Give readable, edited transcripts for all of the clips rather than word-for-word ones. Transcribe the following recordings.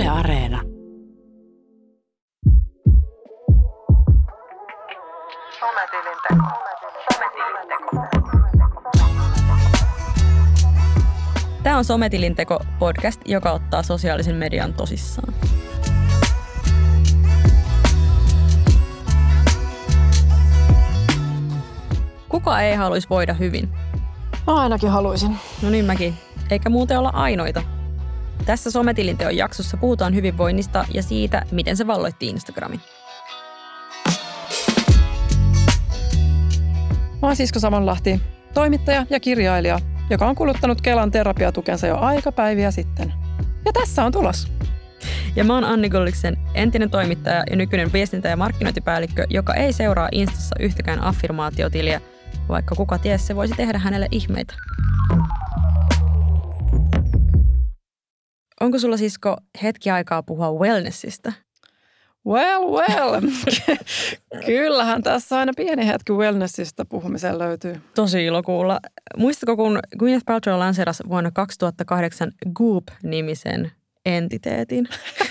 Yle Areena. Tämä on Sometilinteko podcast, joka ottaa sosiaalisen median tosissaan. Kuka ei haluaisi voida hyvin? Mä ainakin haluaisin. No niin mäkin. Eikä muuten olla ainoita. Tässä Sometilinteon jaksossa puhutaan hyvinvoinnista ja siitä, miten se valloitti Instagramin. Mä oon Sisko Savonlahti, toimittaja ja kirjailija, joka on kuluttanut Kelan terapiatukensa jo aikapäiviä sitten. Ja tässä on tulos. Ja mä oon Anni Golliksen, entinen toimittaja ja nykyinen viestintä- ja markkinointipäällikkö, joka ei seuraa Instassa yhtäkään affirmaatiotiliä, vaikka kuka ties se voisi tehdä hänelle ihmeitä. Onko sulla, Sisko, hetki aikaa puhua wellnessistä? Well. Kyllähän tässä aina pieni hetki wellnessista puhumiseen löytyy. Tosi ilo kuulla. Muistatko, kun Gwyneth Paltrow lanseerasi vuonna 2008 Goop-nimisen entiteetin?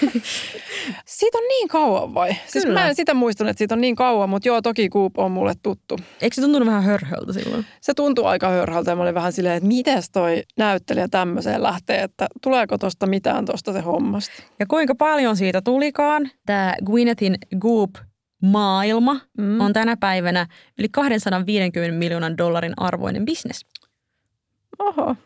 Siitä on niin kauan vai? Siis mä en sitä muistanut, että siitä on niin kauan, mutta joo, toki Goop on mulle tuttu. Eikö se tuntunut vähän hörhöltä silloin? Se tuntui aika hörhöltä ja mä olin vähän silleen, että mites toi näyttelijä tämmöiseen lähtee, että tuleeko tosta mitään tosta se hommasta. Ja kuinka paljon siitä tulikaan? Tämä Gwynethin Goop-maailma on tänä päivänä yli 250 miljoonan dollarin arvoinen bisnes. Oho.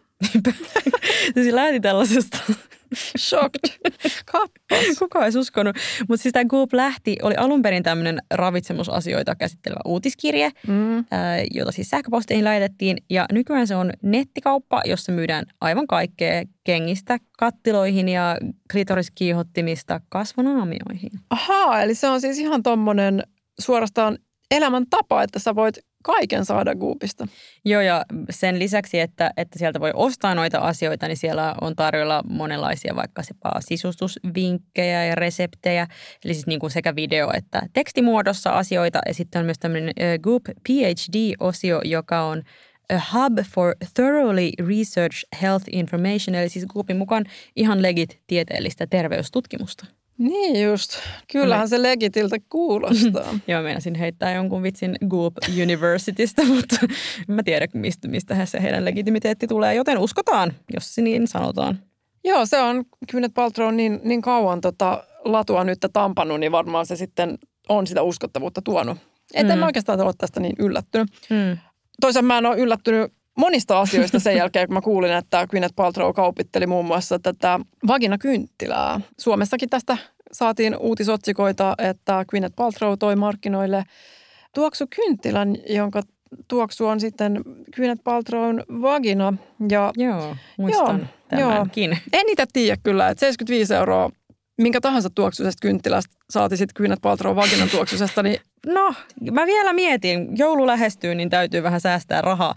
Se lähti tällaisesta. Shocked. Kappas. Kukaan ei uskonut. Mutta siis tämä Goop oli alun perin tämmöinen ravitsemusasioita käsittelevä uutiskirje, jota siis sähköposteihin lähetettiin. Ja nykyään se on nettikauppa, jossa myydään aivan kaikkea kengistä kattiloihin ja klitoriskiihottimista kasvonaamioihin. Ahaa, eli se on siis ihan tommonen suorastaan elämäntapa, että sä voit kaiken saada Goopista. Joo, ja sen lisäksi, että sieltä voi ostaa noita asioita, niin siellä on tarjolla monenlaisia vaikka sisustusvinkkejä ja reseptejä. Eli siis niin kuin sekä video- että tekstimuodossa asioita. Ja sitten on myös tämmöinen Goop PhD-osio, joka on A Hub for Thoroughly Researched Health Information. Eli siis Goopin mukaan ihan legit tieteellistä terveystutkimusta. Niin just. Kyllähän se legitiltä kuulostaa. Joo, meinasin heittää jonkun vitsin Goop Universitystä, mutta en mä tiedä, mistä se heidän legitimiteetti tulee, joten uskotaan, jos se niin sanotaan. Joo, se on Gwyneth Paltrow niin kauan latua nyt tampannut, niin varmaan se sitten on sitä uskottavuutta tuonut. En mä oikeastaan ole tästä niin yllättynyt. Toisaalta mä en ole yllättynyt monista asioista sen jälkeen, kun mä kuulin, että Gwyneth Paltrow kaupitteli muun muassa tätä vaginakynttilää. Suomessakin tästä saatiin uutisotsikoita, että Gwyneth Paltrow toi markkinoille tuoksukynttilän, jonka tuoksu on sitten Gwyneth Paltrown vagina. Ja, joo, muistan tämänkin. En niitä tiedä kyllä, että 75 € minkä tahansa tuoksuisesta kynttilästä saati sitten Gwyneth Paltrow vaginan tuoksuisesta, niin no, mä vielä mietin. Joulu lähestyy, niin täytyy vähän säästää rahaa.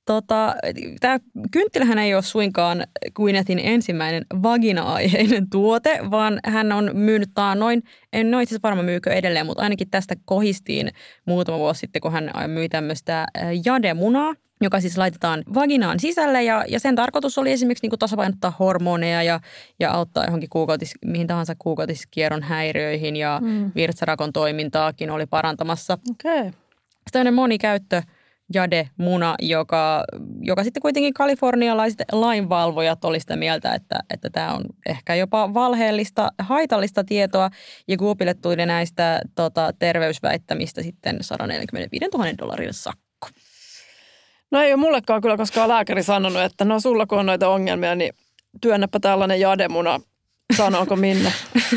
Tämä kynttilähän ei ole suinkaan Gwynethin ensimmäinen vagina-aiheinen tuote, vaan hän on myynyt taannoin, en ole itse asiassa varma myykö edelleen, mutta ainakin tästä kohistiin muutama vuosi sitten, kun hän myi tämmöistä jademunaa, joka siis laitetaan vaginaan sisälle ja sen tarkoitus oli esimerkiksi niin kuin tasapainottaa hormoneja ja auttaa johonkin mihin tahansa kuukautiskierron häiriöihin ja virtsarakon toimintaakin oli parantamassa. Okay. Tällainen monikäyttö jade-muna, joka sitten kuitenkin kalifornialaiset lainvalvojat oli sitä mieltä, että tämä on ehkä jopa valheellista, haitallista tietoa. Ja Goopille tuli näistä terveysväittämistä sitten $145,000 sakko. No ei ole mullekaan kyllä koskaan lääkäri sanonut, että no sulla kun on noita ongelmia, niin työnnäpä tällainen jademuna, sanooko minne.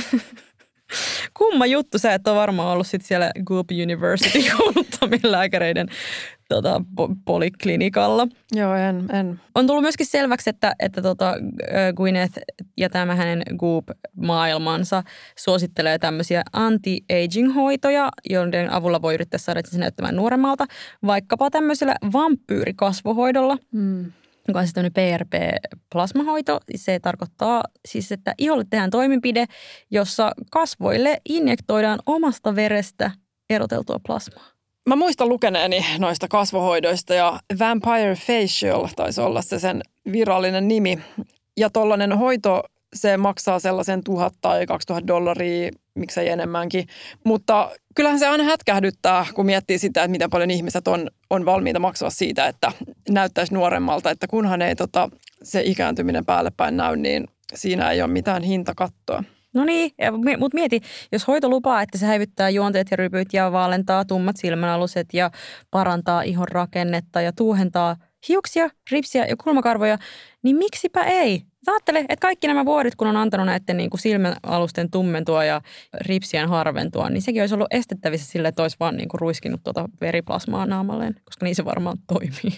Kumma juttu, sä et ole varmaan ollut sit siellä Goop University kouluttamien lääkäreiden poliklinikalla. Joo, en. On tullut myöskin selväksi, että Gwyneth ja tämä hänen Goop-maailmansa suosittelee tämmöisiä anti-aging-hoitoja, joiden avulla voi yrittää saada itse näyttämään nuoremmalta, vaikkapa tämmöisellä vampyyrikasvohoidolla. Joka on sitten PRP-plasmahoito. Se tarkoittaa siis, että iholle tehdään toimenpide, jossa kasvoille injektoidaan omasta verestä eroteltua plasmaa. Mä muistan lukeneeni noista kasvohoidoista ja Vampire Facial taisi olla se sen virallinen nimi. Ja tollainen hoito se maksaa sellaisen 1,000 tai $2,000, miksei enemmänkin. Mutta kyllähän se aina hätkähdyttää, kun miettii sitä, että miten paljon ihmiset on valmiita maksaa siitä, että näyttäisi nuoremmalta. Että kunhan ei se ikääntyminen päälle päin näy, niin siinä ei ole mitään hintakattoa. No niin, mutta mieti, jos hoito lupaa, että se häivyttää juonteet ja rypyt ja vaalentaa tummat silmänaluset ja parantaa ihon rakennetta ja tuuhentaa hiuksia, ripsiä ja kulmakarvoja, niin miksipä ei? Ajattele, että kaikki nämä vuodet, kun on antanut näiden niin kuin silmäalusten tummentua ja ripsien harventua, niin sekin olisi ollut estettävissä sille, että olisi vaan niin kuin ruiskinut veriplasmaa naamalleen, koska niin se varmaan toimii.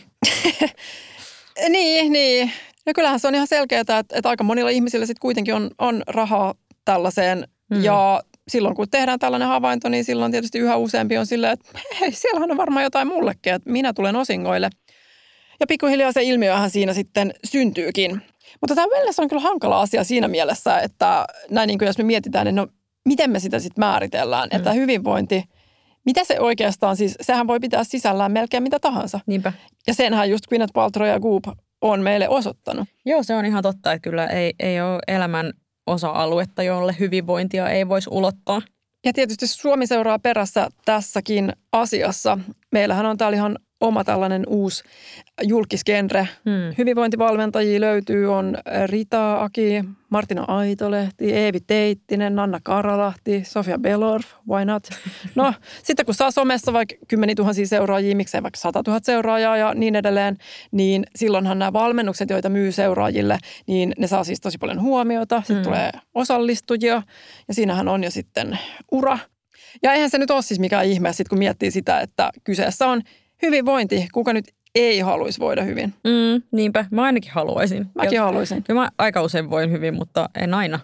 Niin. No kyllähän se on ihan selkeää, että aika monilla ihmisillä sitten kuitenkin on rahaa tällaiseen. Ja silloin kun tehdään tällainen havainto, niin silloin tietysti yhä useampi on silleen, että hei, siellähän on varmaan jotain mullekin, että minä tulen osingoille. Ja pikkuhiljaa se ilmiöhän siinä sitten syntyykin. Mutta tämä wellness on kyllä hankala asia siinä mielessä, että näin niin kuin jos me mietitään, niin no miten me sitä sitten määritellään, että hyvinvointi, mitä se oikeastaan siis, sehän voi pitää sisällään melkein mitä tahansa. Niinpä. Ja senhän just Gwyneth Paltrow ja Goop on meille osoittanut. Joo, se on ihan totta, että kyllä ei ole elämän osa-aluetta, jolle hyvinvointia ei voisi ulottaa. Ja tietysti Suomi seuraa perässä tässäkin asiassa. Meillähän on täällä ihan oma tällainen uusi julkisgenre. Hyvinvointivalmentajia löytyy, on Rita Aki, Martina Aitolehti, Eevi Teittinen, Nanna Karalahti, Sofia Belorf, why not? No, sitten kun saa somessa vaikka 10 000 seuraajia, miksei vaikka 100 000 seuraajaa ja niin edelleen, niin silloinhan nämä valmennukset, joita myy seuraajille, niin ne saa siis tosi paljon huomiota. Sitten tulee osallistujia ja siinähän on jo sitten ura. Ja eihän se nyt ole siis mikään ihme, sit kun miettii sitä, että kyseessä on hyvinvointi. Kuka nyt ei haluaisi voida hyvin? Niinpä, mä ainakin haluaisin. Mäkin haluaisin. Kyllä mä aika usein voin hyvin, mutta en aina.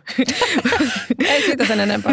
Ei siitä sen enempää.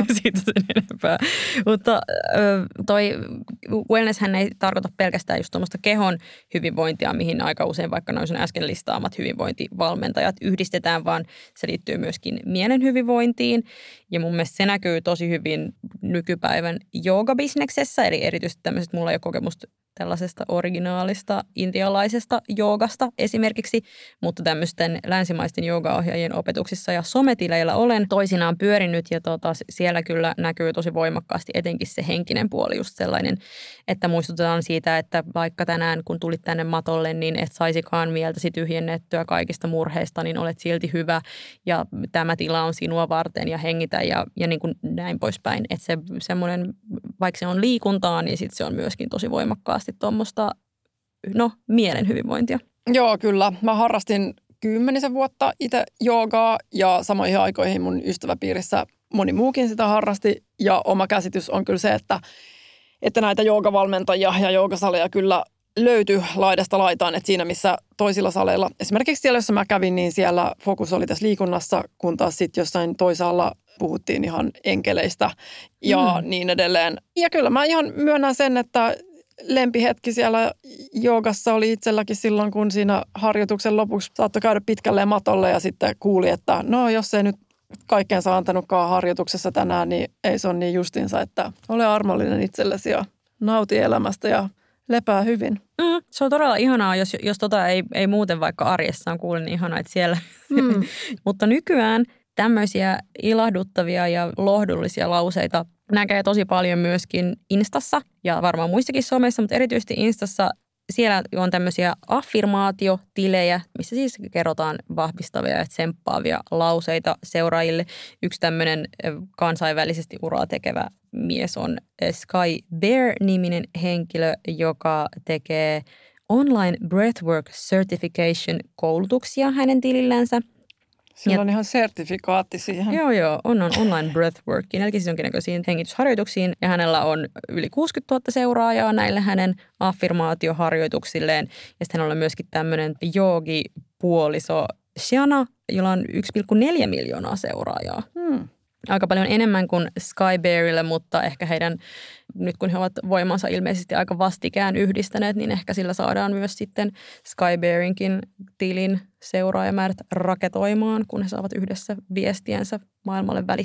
Mutta toi wellnesshän ei tarkoita pelkästään just tuommoista kehon hyvinvointia, mihin aika usein vaikka noin sun äsken listaamat hyvinvointivalmentajat yhdistetään, vaan se liittyy myöskin mielen hyvinvointiin. Ja mun mielestä se näkyy tosi hyvin nykypäivän joogabisneksessä, eli erityisesti tämmöiset, mulla ei ole kokemusta tällaisesta originaalista intialaisesta joogasta esimerkiksi, mutta tämmöisten länsimaisten joogaohjaajien opetuksissa ja sometileillä olen toisinaan pyörinyt ja siellä kyllä näkyy tosi voimakkaasti etenkin se henkinen puoli just sellainen, että muistutetaan siitä, että vaikka tänään kun tulit tänne matolle, niin et saisikaan mieltäsi tyhjennettyä kaikista murheista, niin olet silti hyvä ja tämä tila on sinua varten ja hengitä ja niin kuin näin poispäin. Että se semmoinen, vaikka se on liikuntaa, niin sitten se on myöskin tosi voimakkaasti tuommoista, mielen hyvinvointia. Joo, kyllä. Mä harrastin 10 vuotta itse joogaa ja samoihin aikoihin mun ystäväpiirissä moni muukin sitä harrasti. Ja oma käsitys on kyllä se, että näitä joogavalmentajia ja joogasaleja kyllä löytyi laidasta laitaan. Että siinä missä toisilla saleilla, esimerkiksi siellä jossa mä kävin, niin siellä fokus oli tässä liikunnassa, kun taas sitten jossain toisaalla puhuttiin ihan enkeleistä ja niin edelleen. Ja kyllä mä ihan myönnän sen, että lempihetki siellä joogassa oli itselläkin silloin, kun siinä harjoituksen lopuksi saattoi käydä pitkälleen matolle ja sitten kuuli, että no jos ei nyt kaikkeensa antanutkaan harjoituksessa tänään, niin ei se ole niin justinsa, että ole armollinen itsellesi ja nauti elämästä ja lepää hyvin. Se on todella ihanaa, jos ei muuten vaikka arjessaan kuule, niin ihanaa, että siellä. Mutta nykyään tämmöisiä ilahduttavia ja lohdullisia lauseita näkee tosi paljon myöskin Instassa ja varmaan muissakin someissa, mutta erityisesti Instassa siellä on tämmöisiä affirmaatiotilejä, missä siis kerrotaan vahvistavia ja tsemppaavia lauseita seuraajille. Yksi tämmöinen kansainvälisesti uraa tekevä mies on Sky Bear-niminen henkilö, joka tekee online breathwork certification koulutuksia hänen tilillänsä. Sillä on ihan sertifikaatti siihen. Joo, on online breathworkiin, eli siis jonkinnäköisiin hengitysharjoituksiin. Ja hänellä on yli 60 000 seuraajaa näille hänen affirmaatioharjoituksilleen. Ja sitten hänellä on myöskin tämmöinen joogipuoliso Shiana, jolla on 1,4 miljoonaa seuraajaa. Aika paljon enemmän kuin Sky Bearille, mutta ehkä heidän, nyt kun he ovat voimansa ilmeisesti aika vastikään yhdistäneet, niin ehkä sillä saadaan myös sitten Sky Bearinkin tilin seuraajamäärät raketoimaan, kun he saavat yhdessä viestiensä maailmalle välittää.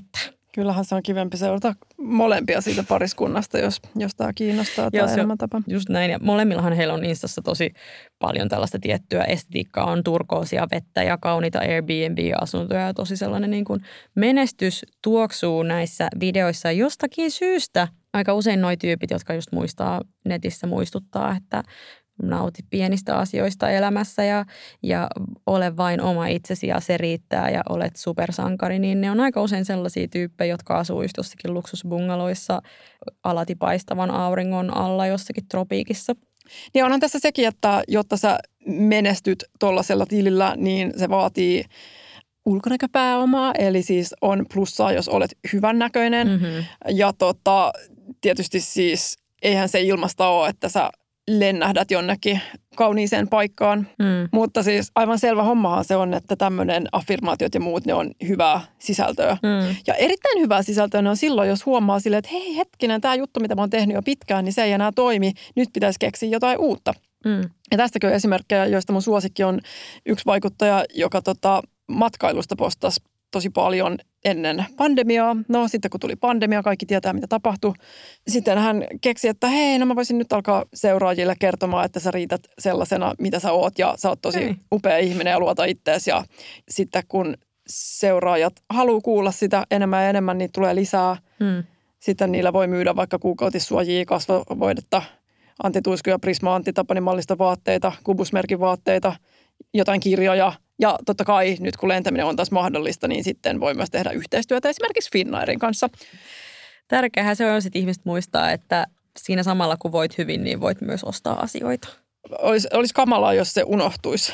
Kyllähän se on kivempi seurata molempia siitä pariskunnasta, jos tämä kiinnostaa tämä elämäntapa. Just näin. Ja molemmillahan heillä on Instassa tosi paljon tällaista tiettyä estetiikkaa. On turkoosia vettä ja kauniita Airbnb-asuntoja ja tosi sellainen niin kuin menestys tuoksuu näissä videoissa jostakin syystä. Aika usein nuo tyypit, jotka just muistaa netissä muistuttaa, että nauti pienistä asioista elämässä ja ole vain oma itsesi ja se riittää ja olet supersankari, niin ne on aika usein sellaisia tyyppejä, jotka asuu just jossakin luksusbungaloissa alati paistavan auringon alla jossakin tropiikissa. Niin onhan tässä sekin, että jotta sä menestyt tuollaisella tilillä, niin se vaatii ulkonäköpääomaa, eli siis on plussaa, jos olet hyvännäköinen. Mm-hmm. Ja tietysti siis eihän se ilmasta ole, että sä lennähdät jonnekin kauniiseen paikkaan. Mutta siis aivan selvä hommahan se on, että tämmöinen affirmaatiot ja muut, ne on hyvää sisältöä. Ja erittäin hyvää sisältöä ne on silloin, jos huomaa silleen, että hei hetkinen, tämä juttu, mitä mä oon tehnyt jo pitkään, niin se ei enää toimi. Nyt pitäisi keksiä jotain uutta. Ja tästäkin on esimerkkejä, joista mun suosikki on yksi vaikuttaja, joka matkailusta postasi tosi paljon ennen pandemiaa. No sitten kun tuli pandemia, kaikki tietää mitä tapahtui. Sitten hän keksi, että hei, no mä voisin nyt alkaa seuraajille kertomaan, että sä riität sellaisena, mitä sä oot ja sä oot tosi upea ihminen ja luota ittees. Ja sitten kun seuraajat haluaa kuulla sitä enemmän ja enemmän, niin tulee lisää. Sitten niillä voi myydä vaikka kuukautissuojia, kasvovoidetta, antituiskuja, Prisma, antitapanimallista vaatteita, Kubusmerkin vaatteita, jotain kirjoja. Ja totta kai nyt kun lentäminen on taas mahdollista, niin sitten voi myös tehdä yhteistyötä esimerkiksi Finnairin kanssa. Tärkeähän se on, että ihmiset muistaa, että siinä samalla kun voit hyvin, niin voit myös ostaa asioita. Olisi kamalaa, jos se unohtuisi.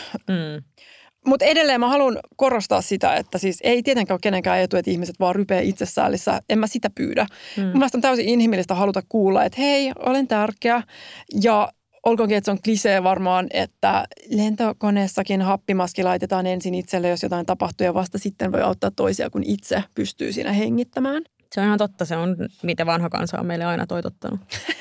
Mutta edelleen mä haluan korostaa sitä, että siis ei tietenkään ole kenenkään etu, että ihmiset vaan rypee itsessäällissä. En mä sitä pyydä. Mun mielestä on täysin inhimillistä haluta kuulla, että hei, olen tärkeä ja olkoonkin, että se on klisee varmaan, että lentokoneessakin happimaski laitetaan ensin itselle, jos jotain tapahtuu ja vasta sitten voi auttaa toisia, kun itse pystyy siinä hengittämään. Se on ihan totta. Se on, mitä vanha kansa on meille aina toitottanut.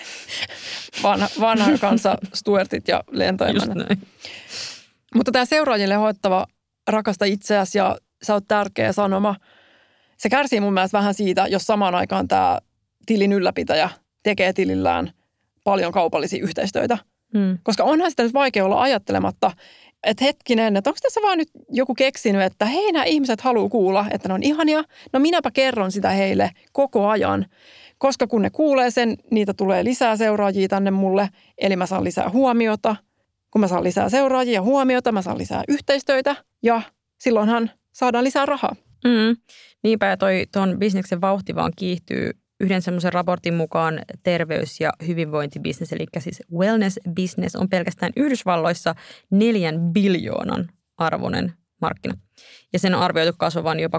vanha kansa, Stuartit ja lentoemännät. Mutta tämä seuraajille hoittava rakasta itseäsi ja sä oot tärkeä sanoma. Se kärsii mun mielestä vähän siitä, jos samaan aikaan tämä tilin ylläpitäjä tekee tilillään paljon kaupallisia yhteistöitä. Koska onhan sitä nyt vaikea olla ajattelematta, että hetkinen, että onko tässä vaan nyt joku keksinyt, että hei, nämä ihmiset haluaa kuulla, että ne on ihania. No minäpä kerron sitä heille koko ajan, koska kun ne kuulee sen, niitä tulee lisää seuraajia tänne mulle, eli mä saan lisää huomiota. Kun mä saan lisää seuraajia ja huomiota, mä saan lisää yhteistöitä ja silloinhan saadaan lisää rahaa. Niinpä ja tuon bisneksen vauhti vaan kiihtyy. Yhden semmoisen raportin mukaan terveys- ja hyvinvointibisnes, eli siis wellness business, on pelkästään Yhdysvalloissa 4 biljoonan arvoinen markkina. Ja sen on arvioitu kasvavan jopa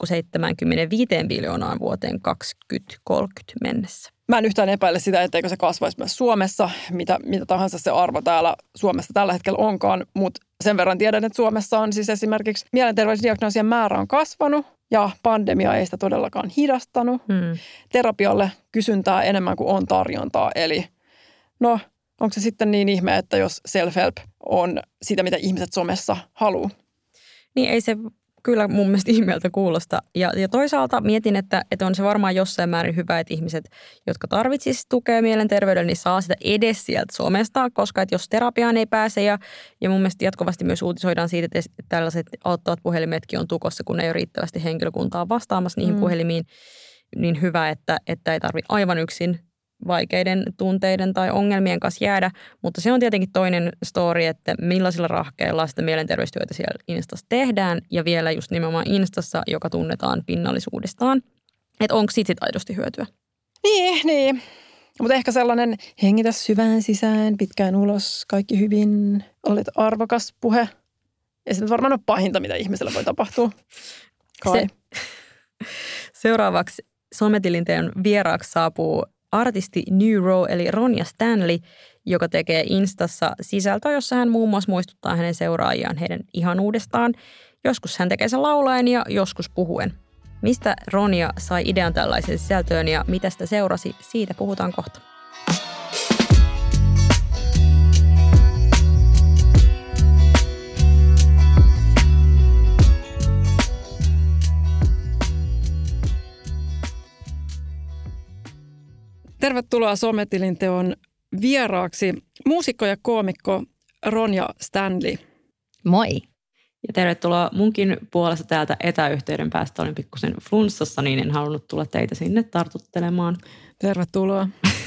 6,75 biljoonaan vuoteen 2030 mennessä. Mä en yhtään epäile sitä, etteikö se kasvaisi myös Suomessa, mitä tahansa se arvo täällä Suomessa tällä hetkellä onkaan, mutta sen verran tiedän, että Suomessa on siis esimerkiksi mielenterveysdiagnoosien määrä on kasvanut ja pandemia ei sitä todellakaan hidastanut. Terapialle kysyntää enemmän kuin on tarjontaa, eli no onko se sitten niin ihme, että jos self-help on sitä, mitä ihmiset somessa haluaa? Niin ei se kyllä mun mielestä ihmeeltä kuulosta. Ja toisaalta mietin, että on se varmaan jossain määrin hyvä, että ihmiset, jotka tarvitsisivat tukea mielenterveydelle, niin saa sitä edes sieltä somesta, koska että jos terapiaan ei pääse ja mun mielestä jatkuvasti myös uutisoidaan siitä, että tällaiset auttavat puhelimetkin on tukossa, kun ei ole riittävästi henkilökuntaa vastaamassa niihin puhelimiin, niin hyvä, että ei tarvitse aivan yksin vaikeiden tunteiden tai ongelmien kanssa jäädä, mutta se on tietenkin toinen story, että millaisilla rahkeilla sitä mielenterveystyötä siellä Instassa tehdään ja vielä just nimenomaan Instassa, joka tunnetaan pinnallisuudestaan, että onko siitä aidosti hyötyä. Niin. Mutta ehkä sellainen hengitä syvään sisään, pitkään ulos, kaikki hyvin, olet arvokas puhe. Ja se varmaan on pahinta, mitä ihmiselle voi tapahtua. Kai. Seuraavaksi sometilinteen vieraaksi saapuu artisti New Row eli Ronja Stanley, joka tekee Instassa sisältöä, jossa hän muun muassa muistuttaa hänen seuraajiaan heidän ihanuudestaan. Joskus hän tekee sen laulaen ja joskus puhuen. Mistä Ronja sai idean tällaiseen sisältöön ja mitä sitä seurasi, siitä puhutaan kohta. Tervetuloa Sometilinteon vieraaksi muusikko ja koomikko Ronja Stanley. Moi. Ja tervetuloa munkin puolesta täältä etäyhteyden päästä. Olin pikkusen flunssassa, niin en halunnut tulla teitä sinne tartuttelemaan. Tervetuloa.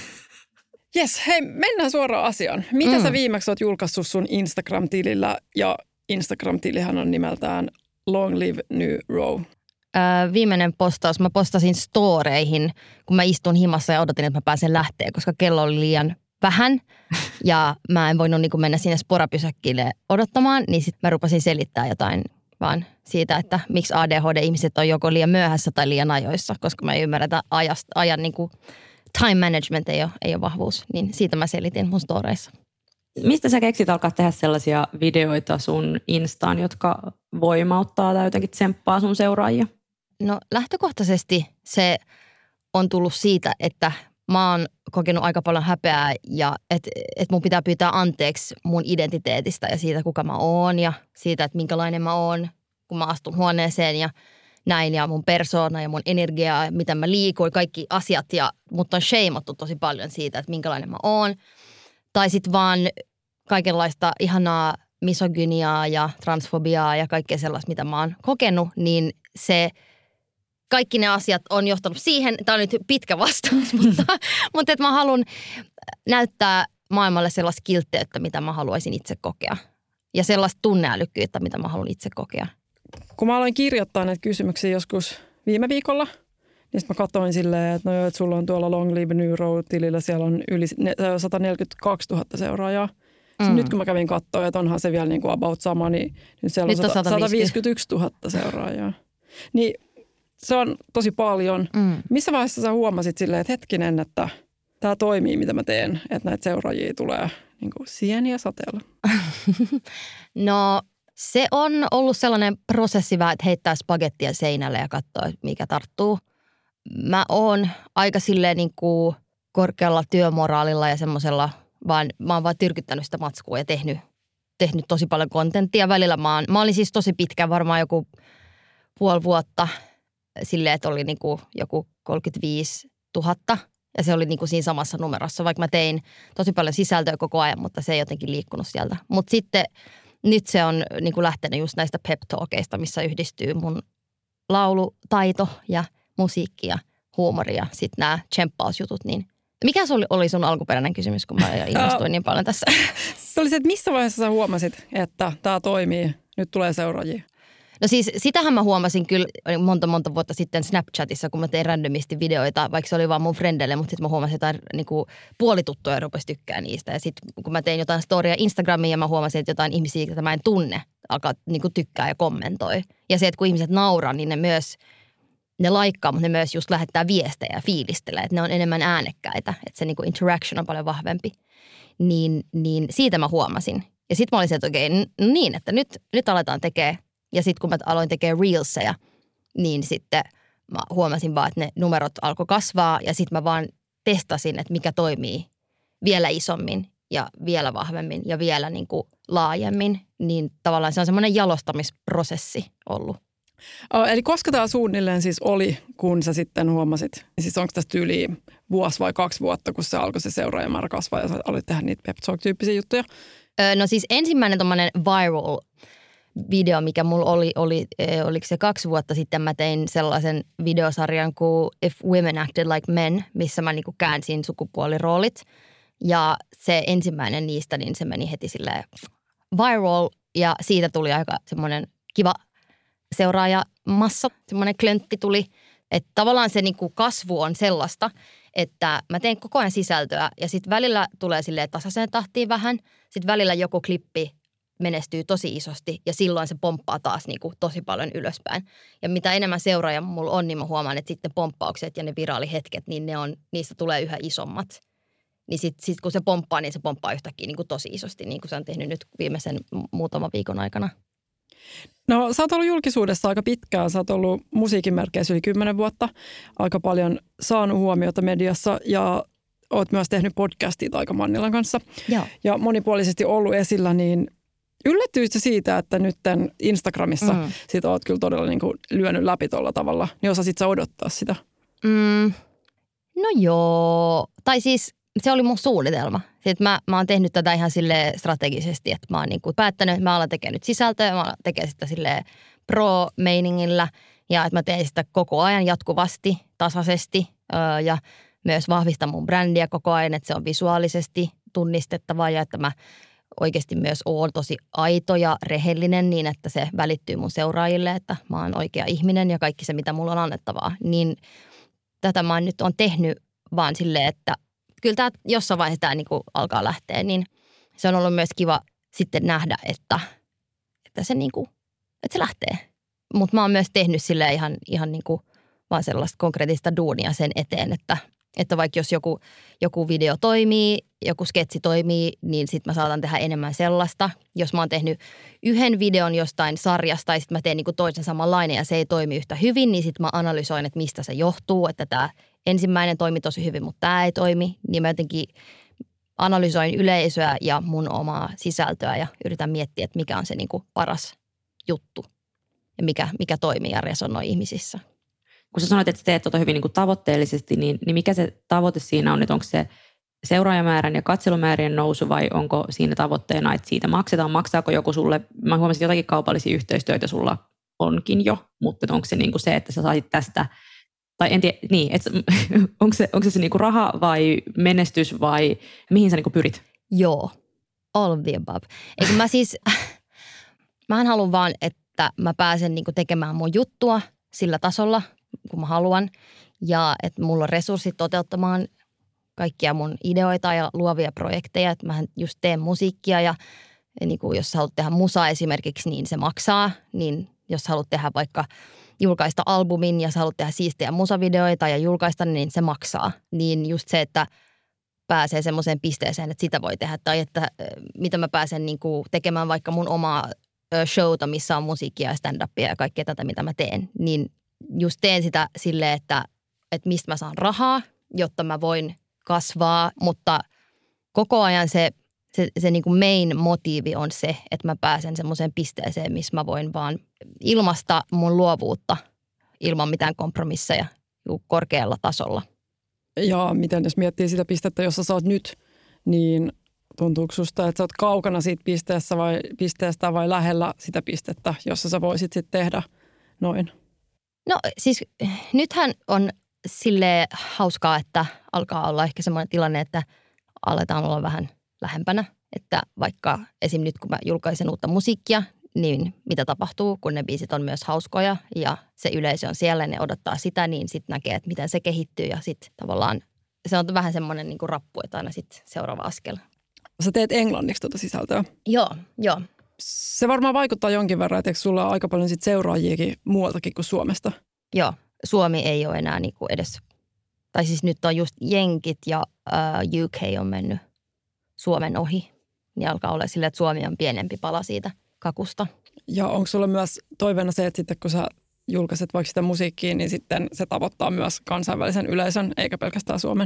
Jes, hei, mennään suoraan asiaan. Mitä sä viimeksi oot julkaissut sun Instagram-tilillä? Ja Instagram-tilihän on nimeltään Long Live New Row. Viimeinen postaus. Mä postasin storeihin, kun mä istun himassa ja odotin, että mä pääsen lähteä, koska kello oli liian vähän. Ja mä en voinut niin mennä sinne sporapysäkkille odottamaan, niin sitten mä rupasin selittää jotain vaan siitä, että miksi ADHD-ihmiset on joko liian myöhässä tai liian ajoissa, koska mä en ymmärrä, että ajan niin kuin time management ei ole vahvuus. Niin siitä mä selitin mun storeissa. Mistä sä keksit alkaa tehdä sellaisia videoita sun Instaan, jotka voimauttaa tai jotenkin tsemppaa sun seuraajia? No lähtökohtaisesti se on tullut siitä, että mä oon kokenut aika paljon häpeää ja että mun pitää pyytää anteeksi mun identiteetistä ja siitä, kuka mä oon ja siitä, että minkälainen mä oon, kun mä astun huoneeseen ja näin ja mun persoona ja mun energiaa, miten mä liikuin, kaikki asiat ja mut on shameattu tosi paljon siitä, että minkälainen mä oon. Tai sit vaan kaikenlaista ihanaa misogyniaa ja transfobiaa ja kaikkea sellaista, mitä mä oon kokenut, niin se kaikki ne asiat on johtanut siihen, tämä on nyt pitkä vastaus, mutta että mä haluan näyttää maailmalle sellaista kiltteyttä, mitä mä haluaisin itse kokea. Ja sellaista tunneälykkyyttä, mitä mä haluan itse kokea. Kun mä aloin kirjoittaa näitä kysymyksiä joskus viime viikolla, niin sitten mä katsoin silleen, että no joo, että sulla on tuolla Long Live New Row-tilillä, siellä on yli 142 000 seuraajaa. Nyt kun mä kävin katsoa, että onhan se vielä niin kuin about sama, niin nyt siellä on 151 000 seuraajaa. Niin se on tosi paljon. Missä vaiheessa sä huomasit silleen, että hetkinen, että tämä toimii, mitä mä teen, että näitä seuraajia tulee niin kuin sieniä sateella? No se on ollut sellainen prosessi vähän, että heittää spagettia seinälle ja katsoo, mikä tarttuu. Mä oon aika silleen niin kuin korkealla työmoraalilla ja semmoisella, mä oon vaan tyrkyttänyt sitä matskua ja tehnyt tosi paljon kontenttia. Välillä mä olin siis tosi pitkä, varmaan joku puoli vuotta silleen, että oli niin kuin joku 35 000 ja se oli niin kuin siinä samassa numerossa, vaikka mä tein tosi paljon sisältöä koko ajan, mutta se ei jotenkin liikkunut sieltä. Mutta sitten nyt se on niin kuin lähtenyt just näistä pep-talkeista, missä yhdistyy mun laulutaito ja musiikki ja huumori ja sitten nämä tsemppausjutut. Niin mikä se oli sun alkuperäinen kysymys, kun mä innostuin niin paljon tässä? Se oli se, että missä vaiheessa sä huomasit, että tämä toimii, nyt tulee seuraajia? No siis sitähän mä huomasin kyllä monta vuotta sitten Snapchatissa, kun mä tein randomisti videoita, vaikka se oli vaan mun frendelle, mutta sitten mä huomasin jotain niinku puolituttuja ja rupesi tykkää niistä. Ja sitten kun mä tein jotain storia Instagramiin ja mä huomasin, että jotain ihmisiä, joita mä en tunne, alkaa niinku tykkää ja kommentoi. Ja se, että kun ihmiset nauraa, niin ne laikkaa, mutta ne myös just lähettää viestejä ja fiilistelee, että ne on enemmän äänekkäitä, että se niinku interaction on paljon vahvempi. Niin siitä mä huomasin. Ja sitten mä olin se, että okei, no niin, että nyt aletaan tekemään. Ja sitten kun mä aloin tekemään reelseja, niin sitten mä huomasin vaan, että ne numerot alkoi kasvaa ja sitten mä vaan testasin, että mikä toimii vielä isommin ja vielä vahvemmin ja vielä niin kuin laajemmin. Niin tavallaan se on semmoinen jalostamisprosessi ollut. Eli koska tämä suunnilleen siis oli, kun sä sitten huomasit, siis onko tästä yli vuosi vai 2 vuotta, kun se alkoi se seuraajamäärä kasvaa ja sä aloit tehdä niitä pep talk-tyyppisiä juttuja? No siis ensimmäinen tommoinen viral video, mikä mulla oliko se 2 vuotta sitten, mä tein sellaisen videosarjan kuin If Women Acted Like Men, missä mä niinku käänsin sukupuoliroolit. Ja se ensimmäinen niistä, niin se meni heti silleen viral ja siitä tuli aika semmoinen kiva seuraajamassa, semmoinen klöntti tuli. Että tavallaan se niinku kasvu on sellaista, että mä teen koko ajan sisältöä ja sitten välillä tulee silleen tasaiseen tahtiin vähän, sitten välillä joku klippi menestyy tosi isosti ja silloin se pomppaa taas niinku tosi paljon ylöspäin. Ja mitä enemmän seuraajia mulla on, niin mä huomaan, että sitten pomppaukset ja ne viraalihetket, niin niistä tulee yhä isommat. Niin sit kun se pomppaa, niin se pomppaa yhtäkkiä niinku tosi isosti, niin kuin se on tehnyt nyt viimeisen muutaman viikon aikana. No sä oot ollut julkisuudessa aika pitkään, sä oot ollut musiikin merkeissä yli 10 vuotta, aika paljon saanut huomiota mediassa ja oot myös tehnyt podcastia Taika Mannilan kanssa. Joo. Ja monipuolisesti ollut esillä, niin yllättyitkö siitä, että nyt Instagramissa sit oot kyllä todella niin kuin lyönyt läpi tuolla tavalla, niin osasit sä odottaa sitä? No joo, tai siis se oli mun suunnitelma. Sitten mä oon tehnyt tätä ihan sille strategisesti, että mä oon niinku päättänyt, että mä alan tekemään nyt sisältöä, mä alan tekemään sitä sille pro-meiningillä ja että mä teen sitä koko ajan jatkuvasti, tasaisesti ja myös vahvistan mun brändiä koko ajan, että se on visuaalisesti tunnistettavaa ja että mä oikeasti myös oon tosi aito ja rehellinen niin, että se välittyy mun seuraajille, että mä oon oikea ihminen ja kaikki se, mitä mulla on annettavaa. Niin tätä mä nyt on tehnyt vaan silleen, että kyllä tämä jossain vaiheessa tämä niin kuin alkaa lähteä, niin se on ollut myös kiva sitten nähdä, että se, niin kuin, että se lähtee. Mutta mä oon myös tehnyt silleen ihan niin kuin vaan sellaista konkreettista duunia sen eteen, että vaikka jos joku video toimii, joku sketsi toimii, niin sitten mä saatan tehdä enemmän sellaista. Jos mä oon tehnyt yhden videon jostain sarjasta ja sitten mä teen niinku toisen samanlainen ja se ei toimi yhtä hyvin, niin sitten mä analysoin, että mistä se johtuu, että tämä ensimmäinen toimi tosi hyvin, mutta tämä ei toimi. Niin mä jotenkin analysoin yleisöä ja mun omaa sisältöä ja yritän miettiä, että mikä on se niinku paras juttu ja mikä toimii ja resonoi ihmisissä. Kun sä sanoit, että sä teet hyvin niin kuin tavoitteellisesti, niin mikä se tavoite siinä on, että onko se seuraajamäärän ja katselumäärien nousu vai onko siinä tavoitteena, että siitä maksetaan, maksaako joku sulle, mä huomasin, että jotakin kaupallisia yhteistyötä sulla onkin jo, mutta onko se niin kuin se, että sä saisit tästä, tai en tiedä, niin, että onko se niin kuin raha vai menestys vai mihin sä niin kuin pyrit? Joo, all of the above. Eikö mähän haluan vaan, että mä pääsen niin kuin tekemään mun juttua sillä tasolla, kun mä haluan, ja että mulla on resurssit toteuttamaan kaikkia mun ideoita ja luovia projekteja, että mä just teen musiikkia ja niin kuin jos haluat tehdä musaa esimerkiksi, niin se maksaa, niin jos haluat tehdä vaikka julkaista albumin ja sä haluat tehdä siistejä musavideoita ja julkaista, niin se maksaa. Niin just se, että pääsee semmoiseen pisteeseen, että sitä voi tehdä tai että mitä mä pääsen niin kuin tekemään vaikka mun omaa showta, missä on musiikkia ja stand-upia ja kaikkea tätä, mitä mä teen, niin just teen sitä silleen, että mistä mä saan rahaa, jotta mä voin kasvaa, mutta koko ajan se niin kuin main motiivi on se, että mä pääsen semmoiseen pisteeseen, missä mä voin vaan ilmaista mun luovuutta ilman mitään kompromisseja korkealla tasolla. Ja miten jos miettii sitä pistettä, jossa sä oot nyt, niin tuntuuko susta, että sä oot kaukana siitä pisteestä vai lähellä sitä pistettä, jossa sä voisit sitten tehdä noin? No siis nythän on silleen hauskaa, että alkaa olla ehkä semmoinen tilanne, että aletaan olla vähän lähempänä. Että vaikka esim. Nyt kun mä julkaisen uutta musiikkia, niin mitä tapahtuu, kun ne biisit on myös hauskoja ja se yleisö on siellä ja ne odottaa sitä, niin sitten näkee, että miten se kehittyy ja sitten tavallaan se on vähän semmoinen niin kuin rappu, että aina sitten seuraava askel. Sä teet englanniksi tuota sisältöä. Joo. Se varmaan vaikuttaa jonkin verran, että sulla on aika paljon sit seuraajiakin muualtakin kuin Suomesta? Joo, Suomi ei ole enää niinku edes, tai siis nyt on just jenkit ja UK on mennyt Suomen ohi. Niin alkaa olla sillä, että Suomi on pienempi pala siitä kakusta. Ja onko sulla myös toiveena se, että sitten kun sä julkaiset vaikka sitä musiikkia, niin sitten se tavoittaa myös kansainvälisen yleisön, eikä pelkästään Suomen?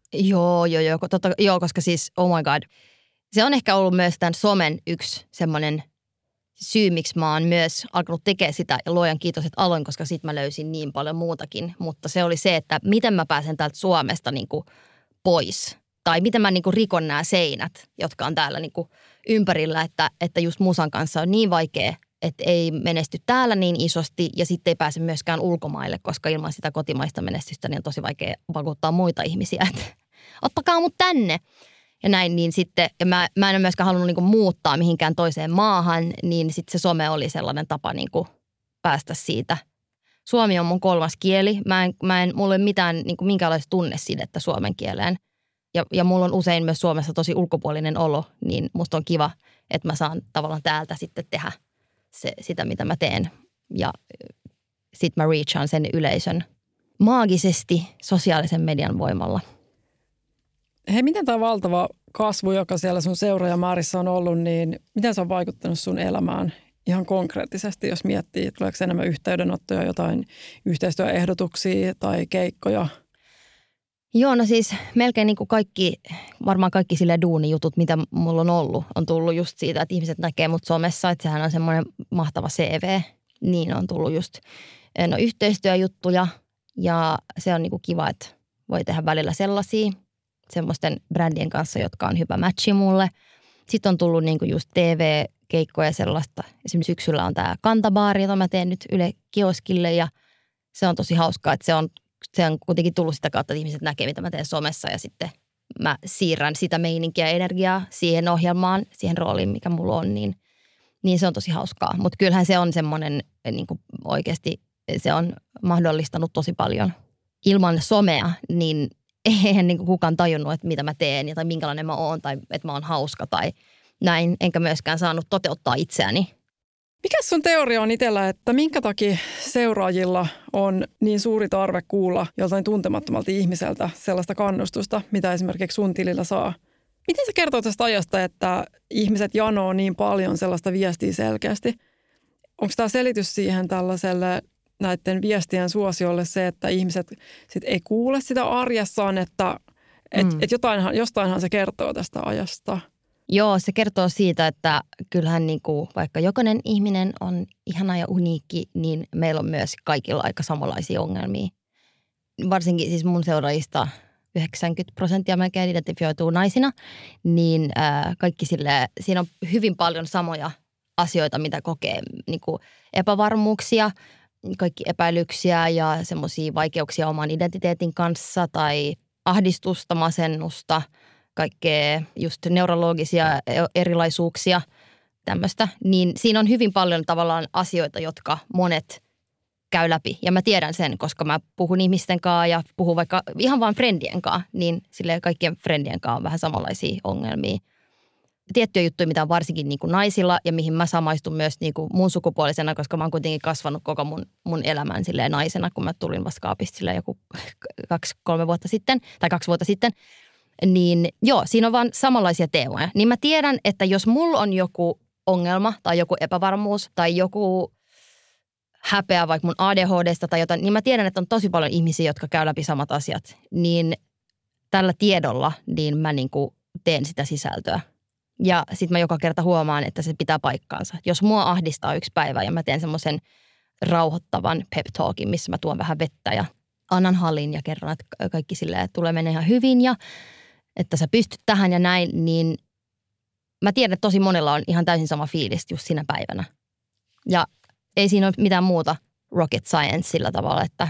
Joo, koska siis oh my god. Se on ehkä ollut myös tämän somen yksi semmoinen syy, miksi mä oon myös alkanut tekemään sitä ja luojan kiitos, että aloin, koska sit mä löysin niin paljon muutakin. Mutta se oli se, että miten mä pääsen täältä Suomesta niinku pois. Tai miten mä niinku rikon nämä seinät, jotka on täällä niinku ympärillä, että just musan kanssa on niin vaikea, että ei menesty täällä niin isosti ja sitten ei pääse myöskään ulkomaille, koska ilman sitä kotimaista menestystä niin on tosi vaikea vakuuttaa muita ihmisiä, että ottakaa mut tänne. Ja näin, niin sitten, ja mä en ole myöskään halunnut niinku muuttaa mihinkään toiseen maahan, niin sitten se some oli sellainen tapa niinku päästä siitä. Suomi on mun 3. kieli. Mulla ei ole mitään, niinku minkäänlaista tunnesidettä suomen kieleen. Ja mulla on usein myös Suomessa tosi ulkopuolinen olo, niin musta on kiva, että mä saan tavallaan täältä sitten tehdä sitä, mitä mä teen. Ja sit mä reachaan sen yleisön maagisesti sosiaalisen median voimalla. Hei, miten tämä valtava kasvu, joka siellä sun seuraajamäärissä on ollut, niin miten se on vaikuttanut sun elämään ihan konkreettisesti, jos miettii, tuleeko enemmän yhteydenottoja, jotain yhteistyöehdotuksia tai keikkoja? Joo, no siis melkein niin kuin varmaan kaikki sille duunijutut, mitä mulla on ollut, on tullut just siitä, että ihmiset näkee mut somessa, että sehän on semmoinen mahtava CV. Niin on tullut just yhteistyöjuttuja ja se on niin kuin kiva, että voi tehdä välillä sellaisia semmoisten brändien kanssa, jotka on hyvä matchi mulle. Sitten on tullut niinku just TV-keikkoja sellaista. Esimerkiksi syksyllä on tämä kantabaari, jota mä teen nyt Yle Kioskille ja se on tosi hauskaa, että se on kuitenkin tullut sitä kautta, että ihmiset näkee, mitä mä teen somessa ja sitten mä siirrän sitä meininkiä ja energiaa siihen ohjelmaan, siihen rooliin, mikä mulla on, niin se on tosi hauskaa. Mutta kyllähän se on semmoinen niin kuin oikeasti, se on mahdollistanut tosi paljon. Ilman somea, niin eihän niin kuin kukaan tajunnut, että mitä mä teen tai minkälainen mä oon tai että mä oon hauska tai näin. Enkä myöskään saanut toteuttaa itseäni. Mikä sun teoria on itsellä, että minkä takia seuraajilla on niin suuri tarve kuulla joltain tuntemattomalta ihmiseltä sellaista kannustusta, mitä esimerkiksi sun tilillä saa? Miten se kertoo tästä ajasta, että ihmiset janoo niin paljon sellaista viestiä selkeästi? Onko tämä selitys siihen tällaiselle näiden viestien suosiolle se, että ihmiset sit ei kuule sitä arjessaan, että jostainhan se kertoo tästä ajasta? Joo, se kertoo siitä, että kyllähän niin kuin, vaikka jokainen ihminen on ihana ja uniikki, niin meillä on myös kaikilla aika samanlaisia ongelmia. Varsinkin siis mun seuraajista 90% melkein identifioituu naisina, niin kaikki siinä on hyvin paljon samoja asioita, mitä kokee niin kuin epävarmuuksia, kaikki epäilyksiä ja semmoisia vaikeuksia oman identiteetin kanssa tai ahdistusta, masennusta, kaikkea just neurologisia erilaisuuksia, tämmöistä. Niin siinä on hyvin paljon tavallaan asioita, jotka monet käy läpi. Ja mä tiedän sen, koska mä puhun ihmisten kanssa ja puhun vaikka ihan vaan friendien kanssa, niin silleen kaikkien friendien kanssa on vähän samanlaisia ongelmia. Tiettyjä juttuja, mitä on varsinkin niin kuin naisilla ja mihin mä samaistun myös niin kuin mun sukupuolisena, koska mä oon kuitenkin kasvanut koko mun elämän silleen naisena, kun mä tulin vasta kaapista silleen joku 2 vuotta sitten. Niin joo, siinä on vaan samanlaisia teemoja. Niin mä tiedän, että jos mulla on joku ongelma tai joku epävarmuus tai joku häpeä vaikka mun ADHDsta tai jotain, niin mä tiedän, että on tosi paljon ihmisiä, jotka käy läpi samat asiat. Niin tällä tiedolla niin mä niinku teen sitä sisältöä. Ja sit mä joka kerta huomaan, että se pitää paikkaansa. Jos mua ahdistaa yksi päivä ja mä teen semmoisen rauhoittavan pep talkin, missä mä tuon vähän vettä ja annan hallin ja kerron, että kaikki silleen tulee menee ihan hyvin ja että sä pystyt tähän ja näin, niin mä tiedän, että tosi monella on ihan täysin sama fiilis just siinä päivänä. Ja ei siinä ole mitään muuta rocket science sillä tavalla, että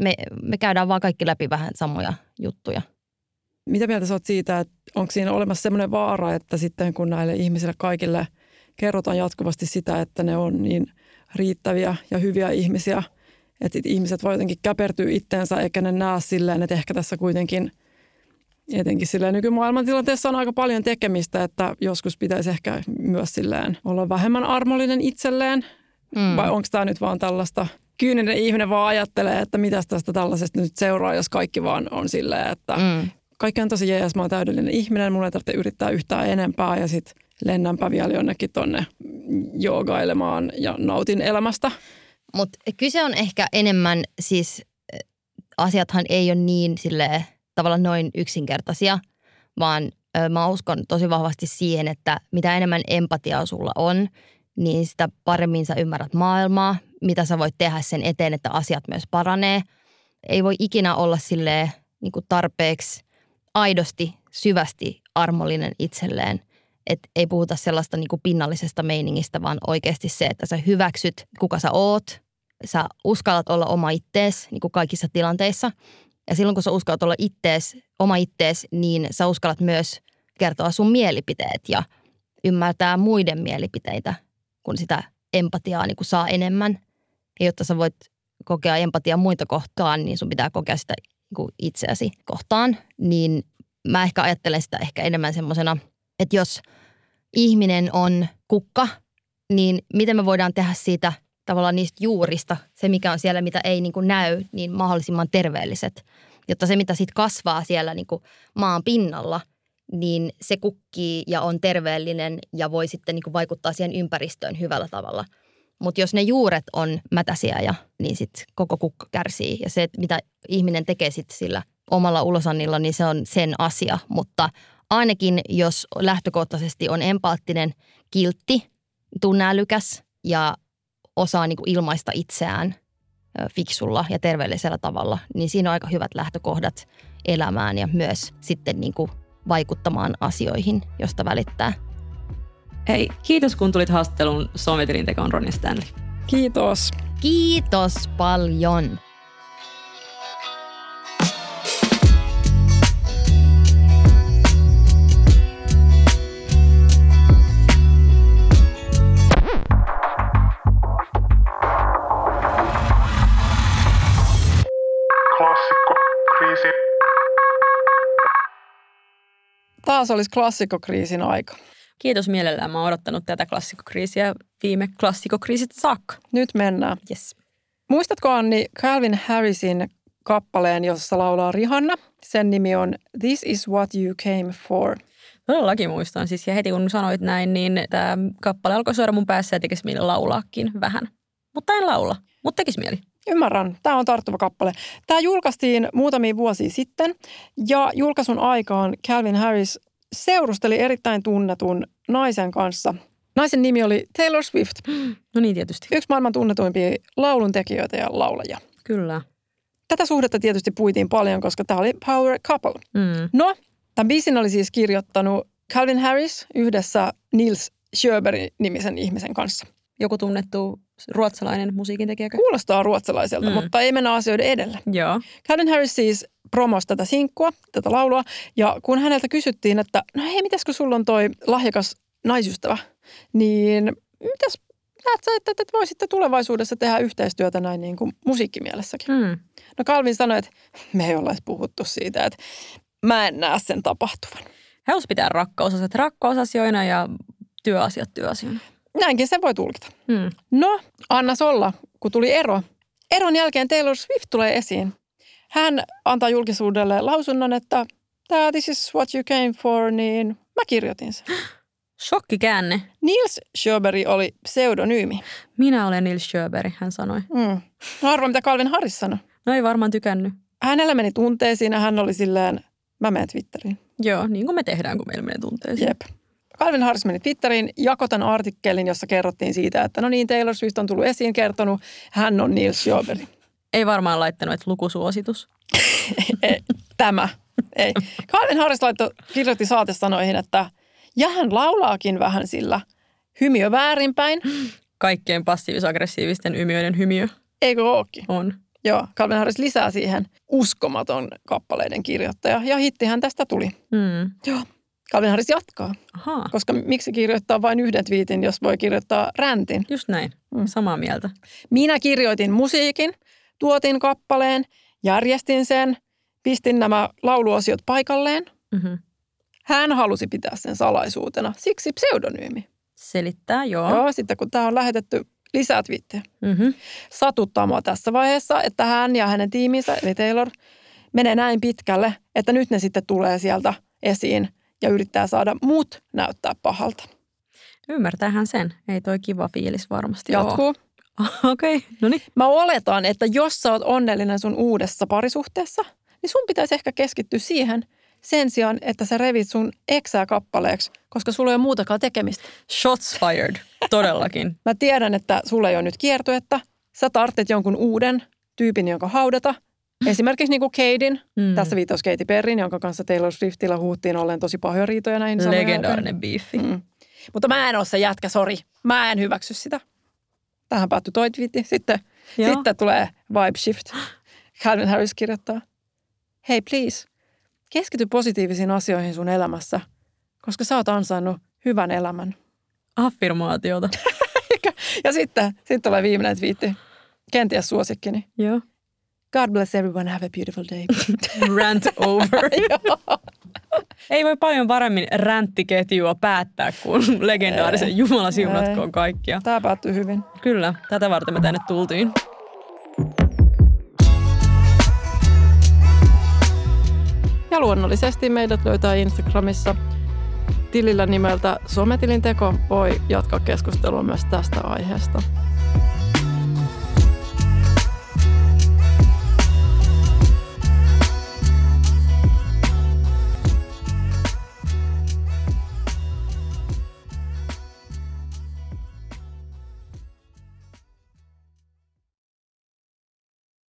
me käydään vaan kaikki läpi vähän samoja juttuja. Mitä mieltä sä oot siitä, että onko siinä olemassa sellainen vaara, että sitten kun näille ihmisille kaikille kerrotaan jatkuvasti sitä, että ne on niin riittäviä ja hyviä ihmisiä, että ihmiset voi jotenkin käpertyä itteensä eikä ne näe silleen, että ehkä tässä kuitenkin etenkin silleen nykymaailman tilanteessa on aika paljon tekemistä, että joskus pitäisi ehkä myös silleen olla vähemmän armollinen itselleen. Vai onko tämä nyt vaan tällaista, kyyninen ihminen vaan ajattelee, että mitäs tästä tällaisesta nyt seuraa, jos kaikki vaan on silleen, että kaikki on tosi jees, mä oon täydellinen ihminen, mun ei tarvitse yrittää yhtään enempää ja sitten lennänpä vielä jonnekin tonne joogailemaan ja nautin elämästä. Mutta kyse on ehkä enemmän, siis asiathan ei ole niin silleen tavallaan noin yksinkertaisia, vaan mä uskon tosi vahvasti siihen, että mitä enemmän empatiaa sulla on, niin sitä paremmin sä ymmärrät maailmaa, mitä sä voit tehdä sen eteen, että asiat myös paranee. Ei voi ikinä olla silleen niin kuin tarpeeksi aidosti, syvästi armollinen itselleen. Että ei puhuta sellaista niin kuin pinnallisesta meiningistä, vaan oikeasti se, että sä hyväksyt, kuka sä oot. Sä uskallat olla oma ittees niin kuin kaikissa tilanteissa. Ja silloin, kun sä uskallat olla oma ittees, niin sä uskallat myös kertoa sun mielipiteet ja ymmärtää muiden mielipiteitä, kun sitä empatiaa niin kuin saa enemmän. Ja jotta sä voit kokea empatiaa muita kohtaan, niin sun pitää kokea sitä niin kuin itseäsi kohtaan. Niin mä ehkä ajattelen sitä ehkä enemmän semmosena, että jos ihminen on kukka, niin miten me voidaan tehdä siitä tavallaan niistä juurista, se mikä on siellä, mitä ei niin kuin näy, niin mahdollisimman terveelliset. Jotta se, mitä sitten kasvaa siellä niin kuin maan pinnalla, niin se kukkii ja on terveellinen ja voi sitten niin kuin vaikuttaa siihen ympäristöön hyvällä tavalla. Mutta jos ne juuret on mätäsiä, niin sitten koko kukka kärsii. Ja se, mitä ihminen tekee sitten sillä omalla ulosannilla, niin se on sen asia. Mutta ainakin jos lähtökohtaisesti on empaattinen, kiltti, tunneälykäs ja osaa niin kuin ilmaista itseään, fiksulla ja terveellisellä tavalla, niin siinä on aika hyvät lähtökohdat elämään ja myös sitten niin kuin vaikuttamaan asioihin, josta välittää. Hei, kiitos kun tulit haastatteluun Sometilin tekoon, Ronja Stanley. Kiitos. Kiitos paljon. Klassikkokriisi. Taas olisi klassikkokriisin aika. Kiitos mielellään. Mä oon odottanut tätä klassikkokriisiä viime klassikkokriisistä saakka. Nyt mennään. Yes. Muistatko, Anni, Calvin Harrisin kappaleen, jossa laulaa Rihanna? Sen nimi on This is what you came for. Todellakin muistan siis. Ja heti kun sanoit näin, niin tämä kappale alkoi soida mun päässä ja tekisi mieli laulaakin vähän. Mutta en laula. Mutta tekisi mieli. Ymmärrän. Tämä on tarttuva kappale. Tämä julkaistiin muutamia vuosia sitten ja julkaisun aikaan Calvin Harris seurusteli erittäin tunnetun naisen kanssa. Naisen nimi oli Taylor Swift. No niin, tietysti. Yksi maailman tunnetuimpia lauluntekijöitä ja laulajia. Kyllä. Tätä suhdetta tietysti puitiin paljon, koska tämä oli power couple. No, tämän biisin oli siis kirjoittanut Calvin Harris yhdessä Nils Sjöberg-nimisen ihmisen kanssa. Joku tunnettu ruotsalainen musiikintekijäkö? Kuulostaa ruotsalaiselta, mutta ei mennä asioiden edelle. Joo. Calvin Harris siis promosi tätä sinkkua, tätä laulua, ja kun häneltä kysyttiin, että no hei, mitäs kun sulla on toi lahjakas naisystävä, niin mitäs näet sä, että te voisitte tulevaisuudessa tehdä yhteistyötä näin niin kuin musiikkimielessäkin? No Calvin sanoi, että me ei olla edes puhuttu siitä, että mä en näe sen tapahtuvan. He olisi pitää rakkausasiat rakkausasioina ja työasiat työasioina. Näinkin se voi tulkita. No, annas olla, kun tuli ero. Eron jälkeen Taylor Swift tulee esiin. Hän antaa julkisuudelle lausunnon, että this is what you came for, niin mä kirjoitin sen. Shokkikäänne. Nils Sjöberg oli pseudonyymi. Minä olen Nils Sjöberg, hän sanoi. No arvoa, mitä Calvin Harris sanoi. No ei varmaan tykännyt. Hänellä meni tunteisiin ja hän oli silleen, mä menen Twitteriin. Joo, niin kuin me tehdään, kun meillä menee tunteisiin. Jep. Calvin Harris meni Twitteriin, jakoi tämän artikkelin, jossa kerrottiin siitä, että no niin, Taylor Swift on tullut esiin, kertonut, hän on Nils Sjöberg. Ei varmaan laittanut, että lukusuositus. Tämä. Ei. Calvin Harris kirjoitti saatesanoihin, että ja hän laulaakin vähän sillä hymiö väärinpäin. Kaikkein passiivis-aggressiivisten hymiöiden hymiö. Eikö ookin? On. Joo, Calvin Harris lisää siihen uskomaton kappaleiden kirjoittaja ja hittihän tästä tuli. Joo. Calvin Harris jatkaa, koska miksi kirjoittaa vain yhden twiitin, jos voi kirjoittaa räntin. Just näin, samaa mieltä. Minä kirjoitin musiikin, tuotin kappaleen, järjestin sen, pistin nämä lauluosiot paikalleen. Hän halusi pitää sen salaisuutena, siksi pseudonyymi. Selittää, joo. Joo, sitten kun tämä on lähetetty lisää twiittejä. Satuttaa mua tässä vaiheessa, että hän ja hänen tiiminsä, eli Taylor, menee näin pitkälle, että nyt ne sitten tulee sieltä esiin ja yrittää saada mut näyttää pahalta. Ymmärtäähän sen. Ei toi kiva fiilis varmasti Jatkuu. Okei, no niin. Mä oletan, että jos sä oot onnellinen sun uudessa parisuhteessa, niin sun pitäisi ehkä keskittyä siihen sen sijaan, että sä revit sun eksää kappaleeksi, koska sulla ei ole muutakaan tekemistä. Shots fired, todellakin. Mä tiedän, että sulla ei ole nyt kiertuetta. Sä tarvitset jonkun uuden tyypin, jonka haudata. Esimerkiksi niin kuin Kaden, tässä viittaus Katy Perryn, jonka kanssa Taylor Swiftillä huuttiin olleen tosi pahoja riitoja näin. Legendaarinen biifi. Mutta mä en ole se jätkä, sori. Mä en hyväksy sitä. Tähän päättyi toi twiitti. Sitten tulee vibe shift. Calvin Harris kirjoittaa, hei please, keskity positiivisiin asioihin sun elämässä, koska sä oot ansainnut hyvän elämän. Affirmaatiota. Ja sitten tulee viimeinen twiitti. Kenties suosikkini. Joo. God bless everyone, have a beautiful day. Rant over. Ei voi paljon paremmin ränttiketjua päättää kuin legendaarisen Jumala siunatkoon kaikkia. Tämä päättyy hyvin. Kyllä, tätä varten me tänne tultiin. Ja luonnollisesti meidät löytää Instagramissa tilillä nimeltä Sometilin teko. Voi jatkaa keskustelua myös tästä aiheesta.